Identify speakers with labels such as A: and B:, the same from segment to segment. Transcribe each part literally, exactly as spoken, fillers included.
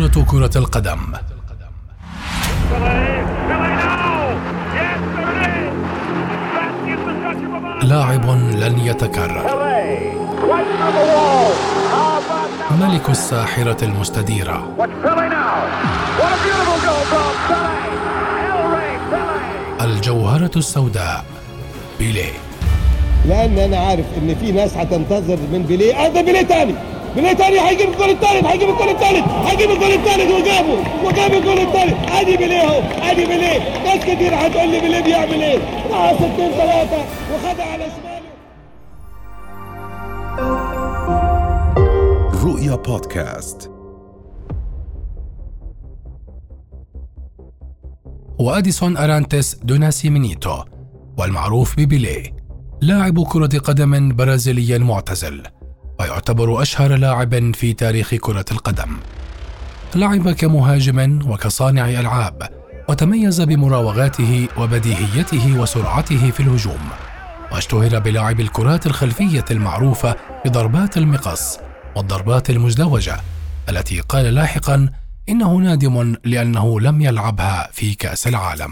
A: أسطورة كرة القدم. لاعب لن يتكرر، ملك الساحرة المستديرة، الجوهرة السوداء، بيليه.
B: لأن أنا عارف إن في ناس هتنتظر من بيليه. هذا بيليه تاني، بيليه تاني هيجيب الجول الثالث، هيجيب الجول الثالث، هيجيب الجول الثالث وجابه وجاب الجول الثالث. ادي بيليه اهو، ادي بيليه. ناس كتير هتقول لي بيليه بيعمل ايه؟ راح ستين ثلاثة وخدها على شماله.
C: رؤيا بودكاست.
A: وأديسون أرانتيس دو ناسيمينيتو، والمعروف ببيليه، لاعب كرة قدم برازيلي معتزل، ويعتبر أشهر لاعب في تاريخ كرة القدم. لعب كمهاجم وكصانع ألعاب، وتميز بمراوغاته وبديهيته وسرعته في الهجوم، واشتهر بلعب الكرات الخلفية المعروفة بضربات المقص والضربات المزدوجة، التي قال لاحقاً إنه نادم لأنه لم يلعبها في كأس العالم.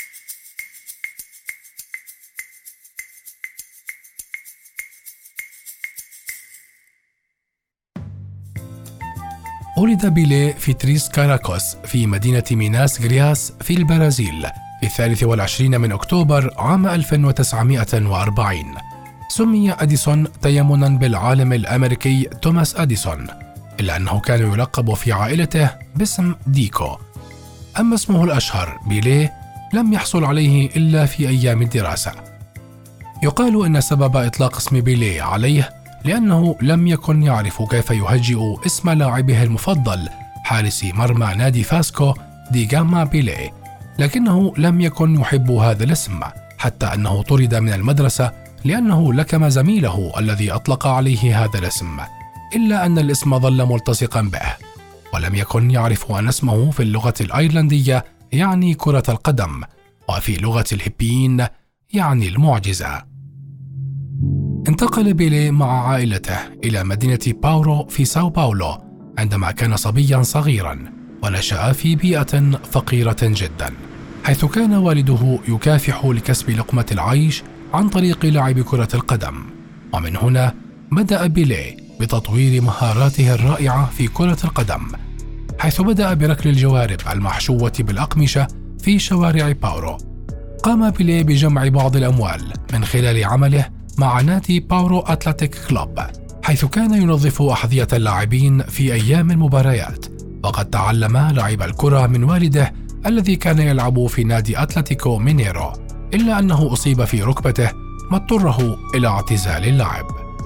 A: ولد بيليه في تريس كاراكوس في مدينة ميناس جرياس في البرازيل في الثالث والعشرين من أكتوبر عام ألف وتسعمائة وأربعين. سمي أديسون تيمنا بالعالم الأمريكي توماس أديسون، إلا أنه كان يلقب في عائلته باسم ديكو. أما اسمه الأشهر بيليه لم يحصل عليه إلا في أيام الدراسة. يقال إن سبب إطلاق اسم بيليه عليه لأنه لم يكن يعرف كيف يهجئ اسم لاعبه المفضل حارس مرمى نادي فاسكو دي جاما بيليه، لكنه لم يكن يحب هذا الاسم، حتى أنه طرد من المدرسة لأنه لكم زميله الذي أطلق عليه هذا الاسم، إلا أن الاسم ظل ملتصقا به، ولم يكن يعرف أن اسمه في اللغة الأيرلندية يعني كرة القدم، وفي لغة الهيبيين يعني المعجزة. انتقل بيليه مع عائلته إلى مدينة باورو في ساو باولو عندما كان صبيا صغيرا، ونشأ في بيئة فقيرة جدا، حيث كان والده يكافح لكسب لقمة العيش عن طريق لعب كرة القدم. ومن هنا بدأ بيليه بتطوير مهاراته الرائعة في كرة القدم، حيث بدأ بركل الجوارب المحشوة بالأقمشة في شوارع باورو. قام بيليه بجمع بعض الأموال من خلال عمله مع نادي باورو أتلتيك كلوب، حيث كان ينظف أحذية اللاعبين في أيام المباريات، وقد تعلم لعب الكرة من والده الذي كان يلعب في نادي أتلتيكو مينيرو، إلا أنه أصيب في ركبته ما اضطره إلى اعتزال اللعب.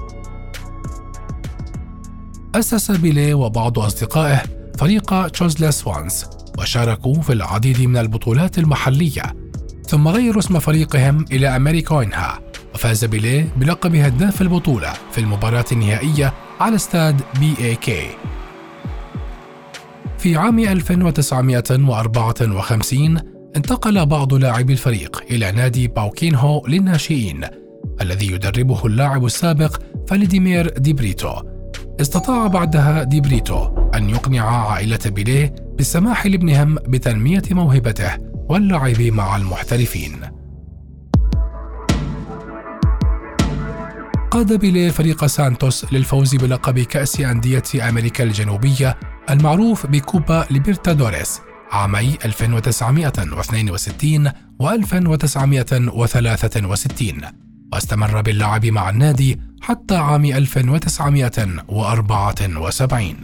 A: أسس بيليه وبعض أصدقائه فريق تشوزلا سوانز، وشاركوا في العديد من البطولات المحلية، ثم غيروا اسم فريقهم إلى أمريكوينها، وفاز بيليه بلقب هداف البطولة في المباراة النهائية على استاد بي اي كي. في عام ألف وتسعمائة وأربعة وخمسين انتقل بعض لاعبي الفريق إلى نادي باوكينهو للناشئين الذي يدربه اللاعب السابق فالديمير دي بريتو. استطاع بعدها دي بريتو أن يقنع عائلة بيليه بالسماح لابنهم بتنمية موهبته واللعب مع المحترفين. قاد بيليه فريق سانتوس للفوز بلقب كأس أندية أمريكا الجنوبية المعروف بكوبا ليبرتادوريس عامي ألف وتسعمائة واثنين وستين و ألف وتسعمائة وثلاثة وستين، واستمر باللعب مع النادي حتى عام ألف وتسعمائة وأربعة وسبعين.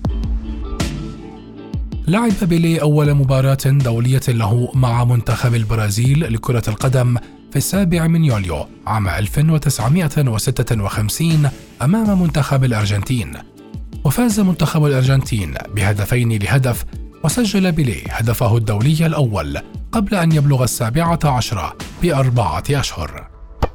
A: لعب بيليه أول مباراة دولية له مع منتخب البرازيل لكرة القدم في السابع من يوليو عام ألف وتسعمائة وستة وخمسين أمام منتخب الأرجنتين، وفاز منتخب الأرجنتين بهدفين لهدف، وسجل بيليه هدفه الدولي الأول قبل أن يبلغ السابعة عشرة بأربعة أشهر.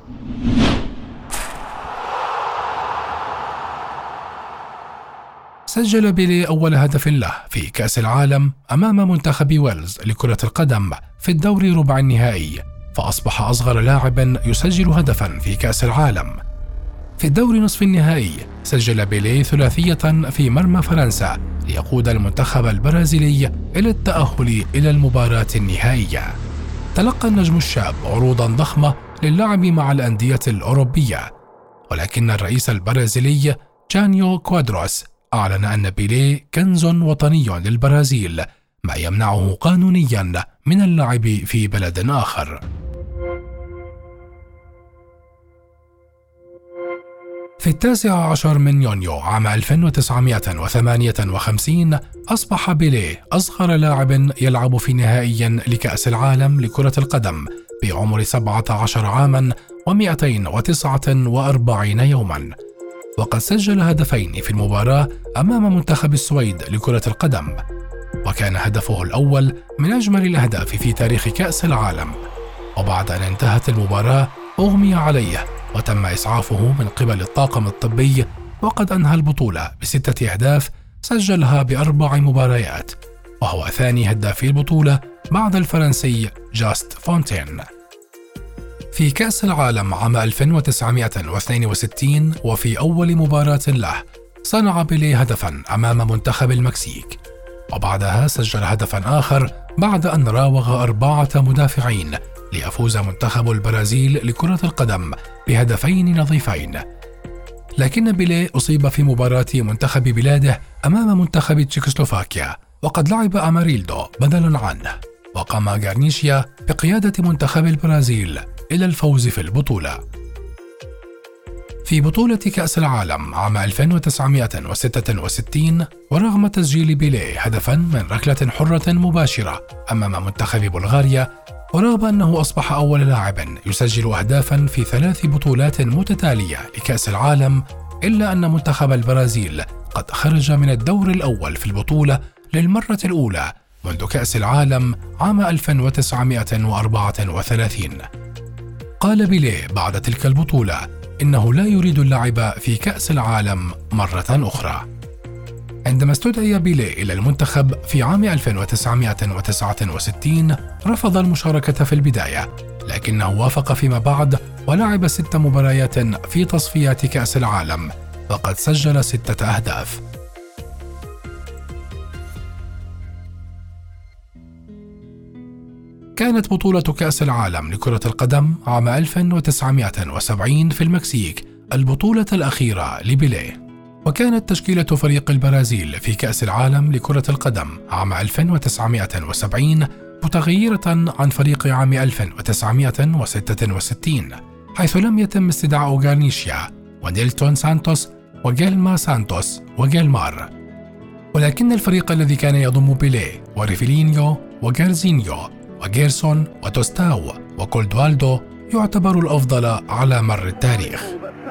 A: سجل بيليه أول هدف له في كأس العالم أمام منتخب ويلز لكرة القدم في الدور ربع النهائي، فأصبح أصغر لاعب يسجل هدفا في كأس العالم. في الدور نصف النهائي سجل بيليه ثلاثية في مرمى فرنسا ليقود المنتخب البرازيلي إلى التأهل إلى المباراة النهائية. تلقى النجم الشاب عروضا ضخمة للعب مع الأندية الأوروبية، ولكن الرئيس البرازيلي جانيو كوادروس أعلن أن بيليه كنز وطني للبرازيل، ما يمنعه قانونيا من اللعب في بلد آخر. في التاسع عشر من يونيو عام ألف وتسعمائة وثمانية وخمسين أصبح بيليه أصغر لاعب يلعب في نهائي لكأس العالم لكرة القدم بعمر سبعة عشر عاما ومئتين وتسعة وأربعين يوما، وقد سجل هدفين في المباراة أمام منتخب السويد لكرة القدم، وكان هدفه الأول من أجمل الأهداف في تاريخ كأس العالم. وبعد أن انتهت المباراة أغمي عليه وتم إسعافه من قبل الطاقم الطبي، وقد أنهى البطولة بستة أهداف سجلها بأربع مباريات، وهو ثاني هداف البطولة بعد الفرنسي جاست فونتين. في كأس العالم عام ألف وتسعمائة واثنين وستين وفي أول مباراة له صنع بيليه هدفا أمام منتخب المكسيك، وبعدها سجل هدفا آخر بعد أن راوغ أربعة مدافعين ليفوز منتخب البرازيل لكرة القدم بهدفين نظيفين. لكن بيليه أصيب في مباراة منتخب بلاده أمام منتخب تشيكوسلوفاكيا، وقد لعب أماريلدو بدلا عنه، وقام غارنيشيا بقيادة منتخب البرازيل إلى الفوز في البطولة. في بطولة كأس العالم عام ألف وتسعمائة وستة وستين، ورغم تسجيل بيليه هدفا من ركلة حرة مباشرة أمام منتخب بلغاريا، ورغم أنه أصبح أول لاعب يسجل أهدافا في ثلاث بطولات متتالية لكأس العالم، إلا أن منتخب البرازيل قد خرج من الدور الأول في البطولة للمرة الأولى منذ كأس العالم عام ألف وتسعمائة وأربعة وثلاثين. قال بيليه بعد تلك البطولة إنه لا يريد اللعب في كأس العالم مرة أخرى. عندما استدعي بيليه إلى المنتخب في عام ألف وتسعمائة وتسعة وستين رفض المشاركة في البداية، لكنه وافق فيما بعد ولعب ست مباريات في تصفيات كأس العالم، وقد سجل ستة أهداف. كانت بطولة كأس العالم لكرة القدم عام ألف وتسعمائة وسبعين في المكسيك البطولة الأخيرة لبيليه، وكانت تشكيلة فريق البرازيل في كأس العالم لكرة القدم عام ألف وتسعمائة وسبعين متغيرة عن فريق عام ألف وتسعمائة وستة وستين، حيث لم يتم استدعاء غارنيشيا ونيلتون سانتوس وجيلما سانتوس وجيلمار، ولكن الفريق الذي كان يضم بيليه وريفيلينيو وجارزينيو وجيرسون وتوستاو وكولدوالدو يعتبر الأفضل على مر التاريخ.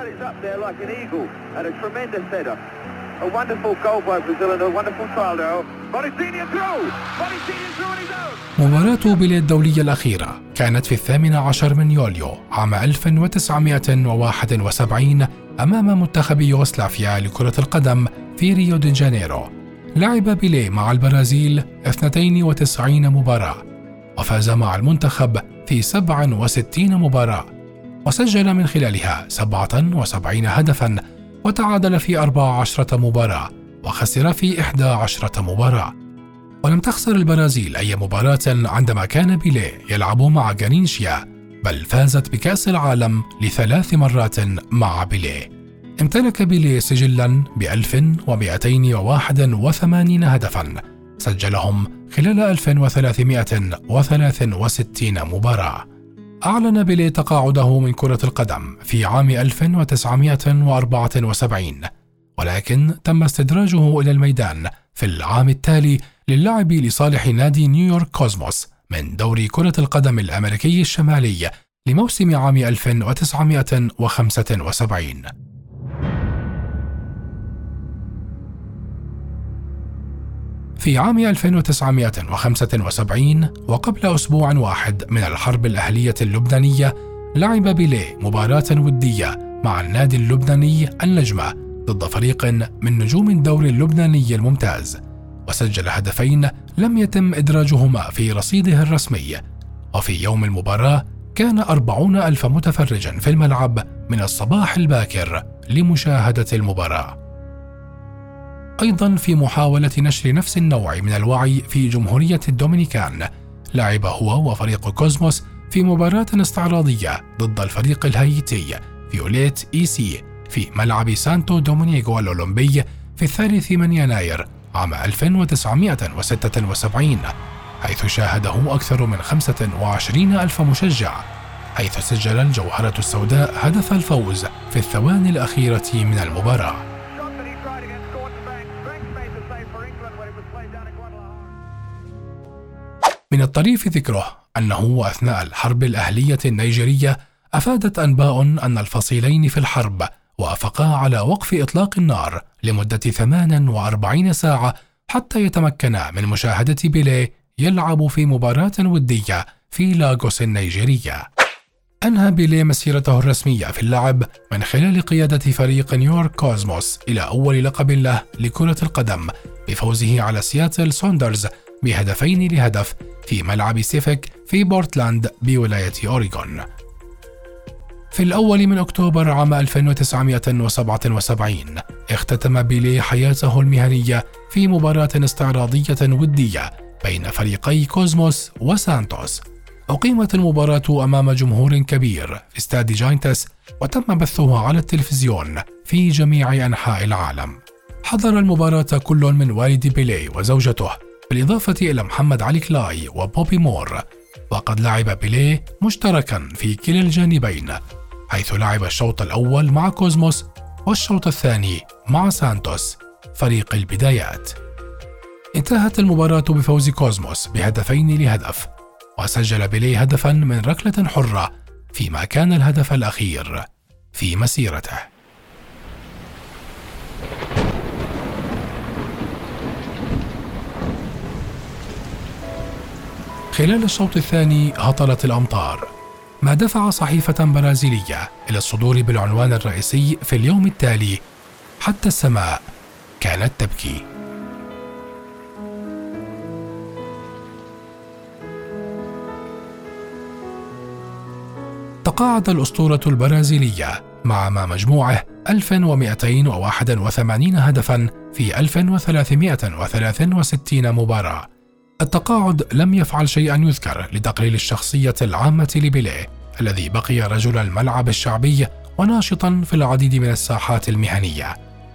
A: مباراة بيليه الدولية الأخيرة كانت في الثامن عشر من يوليو عام ألف وتسعمائة وواحد وسبعين أمام منتخب يوغوسلافيا لكرة القدم في ريو دي جانيرو. لعب بيليه مع البرازيل اثنتين وتسعين مباراة، وفاز مع المنتخب في سبع وستين مباراة، وسجل من خلالها سبعة وسبعين هدفا، وتعادل في أربع عشرة مباراة، وخسر في إحدى عشرة مباراة. ولم تخسر البرازيل أي مباراة عندما كان بيليه يلعب مع غارنيشيا، بل فازت بكأس العالم لثلاث مرات مع بيليه. امتلك بيليه سجلا بألف ومئتين وواحد وثمانين هدفا سجلهم خلال ألف وثلاثمائة وثلاث وستين مباراة. أعلن بيليه تقاعده من كرة القدم في عام ألف وتسعمائة وأربعة وسبعين، ولكن تم استدراجه إلى الميدان في العام التالي للعب لصالح نادي نيويورك كوزموس من دوري كرة القدم الأمريكي الشمالي لموسم عام ألف وتسعمائة وخمسة وسبعين. في عام ألف وتسعمائة وخمسة وسبعين وقبل أسبوع واحد من الحرب الأهلية اللبنانية، لعب بيليه مباراة ودية مع النادي اللبناني النجمة ضد فريق من نجوم الدوري اللبناني الممتاز، وسجل هدفين لم يتم إدراجهما في رصيده الرسمي. وفي يوم المباراة كان أربعون ألف متفرج في الملعب من الصباح الباكر لمشاهدة المباراة. أيضا في محاولة نشر نفس النوع من الوعي في جمهورية الدومينيكان، لعب هو وفريق كوزموس في مباراة استعراضية ضد الفريق الهايتي فيوليت إي سي في ملعب سانتو دومينيغو الأولمبي في الثالث من يناير عام ألف وتسعمائة وستة وسبعين، حيث شاهده أكثر من خمسة وعشرين ألف مشجع، حيث سجل الجوهرة السوداء هدف الفوز في الثواني الأخيرة من المباراة. من الطريف ذكره أنه أثناء الحرب الأهلية النيجيرية أفادت أنباء أن الفصيلين في الحرب وافقا على وقف إطلاق النار لمدة ثمان وأربعين ساعة حتى يتمكنا من مشاهدة بيليه يلعب في مباراة ودية في لاغوس النيجيرية. أنهى بيليه مسيرته الرسمية في اللعب من خلال قيادة فريق نيويورك كوزموس إلى أول لقب له لكرة القدم بفوزه على سياتل سوندرز بهدفين لهدف في ملعب سيفيك في بورتلاند بولاية أوريغون. في الأول من أكتوبر عام ألف وتسعمائة وسبعة وسبعين اختتم بيليه حياته المهنية في مباراة استعراضية ودية بين فريقي كوزموس وسانتوس. أقيمت المباراة أمام جمهور كبير في استاد جاينتس، وتم بثها على التلفزيون في جميع أنحاء العالم. حضر المباراة كل من والد بيليه وزوجته، بالإضافة إلى محمد علي كلاي وبوبي مور، وقد لعب بيليه مشتركا في كلا الجانبين، حيث لعب الشوط الأول مع كوزموس والشوط الثاني مع سانتوس فريق البدايات. انتهت المباراة بفوز كوزموس بهدفين لهدف، وسجل بيليه هدفا من ركلة حرة فيما كان الهدف الأخير في مسيرته. خلال الشوط الثاني هطلت الأمطار، ما دفع صحيفة برازيلية إلى الصدور بالعنوان الرئيسي في اليوم التالي: حتى السماء كانت تبكي. تقاعد الأسطورة البرازيلية مع ما مجموعه ألف ومئتين وواحد وثمانين هدفاً في ألف وثلاثمائة وثلاثة وستين مباراة. التقاعد لم يفعل شيئاً يذكر لتقليل الشخصية العامة لبيليه، الذي بقي رجل الملعب الشعبي وناشطاً في العديد من الساحات المهنية.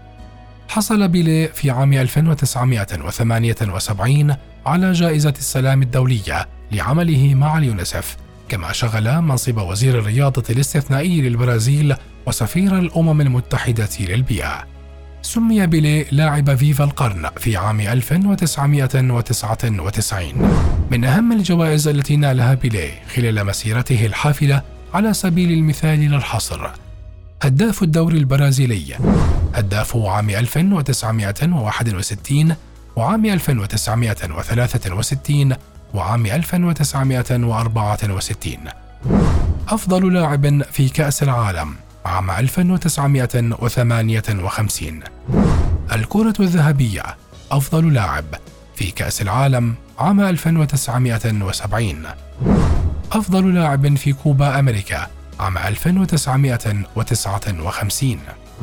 A: حصل بيليه في عام ألف وتسعمائة وثمانية وسبعين على جائزة السلام الدولية لعمله مع اليونيسف، كما شغل منصب وزير الرياضة الاستثنائي للبرازيل وسفير الأمم المتحدة للبيئة. سمي بيليه لاعب فيفا القرن في عام ألف وتسعمائة وتسعة وتسعين. من أهم الجوائز التي نالها بيليه خلال مسيرته الحافلة على سبيل المثال للحصر: هداف الدوري البرازيلي، هداف عام ألف وتسعمائة وواحد وستين وعام ألف وتسعمائة وثلاثة وستين وعام ألف وتسعمائة وأربعة وستين. أفضل لاعب في كأس العالم عام ألف وتسعمائة وثمانية وخمسين. الكرة الذهبية، أفضل لاعب في كأس العالم عام ألف وتسعمائة وسبعين. أفضل لاعب في كوبا أمريكا عام ألف وتسعمائة وتسعة وخمسين.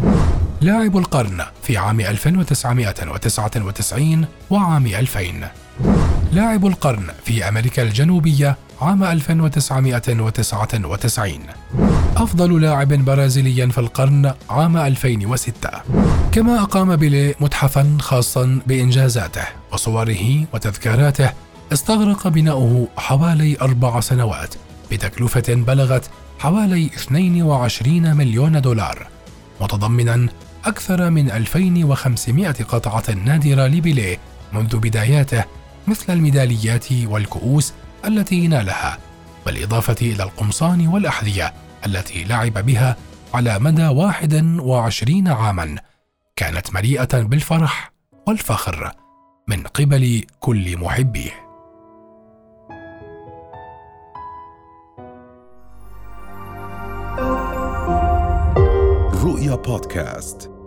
A: لاعب القرن في عام ألف وتسعمائة وتسعة وتسعين وعام ألفين. لاعب القرن في أمريكا الجنوبية عام ألف وتسعمائة وتسعة وتسعين. أفضل لاعب برازيلي في القرن عام ألفين وستة. كما أقام بيليه متحفاً خاصاً بإنجازاته وصوره وتذكاراته استغرق بناؤه حوالي أربع سنوات بتكلفة بلغت حوالي اثنين وعشرين مليون دولار، متضمناً أكثر من ألفين وخمسمائة قطعة نادرة لبيليه منذ بداياته، مثل الميداليات والكؤوس التي نالها، بالإضافة إلى القمصان والأحذية التي لعب بها على مدى واحد وعشرين عاماً، كانت مليئة بالفرح والفخر من قبل كل محبيه.
C: رؤيا بودكاست.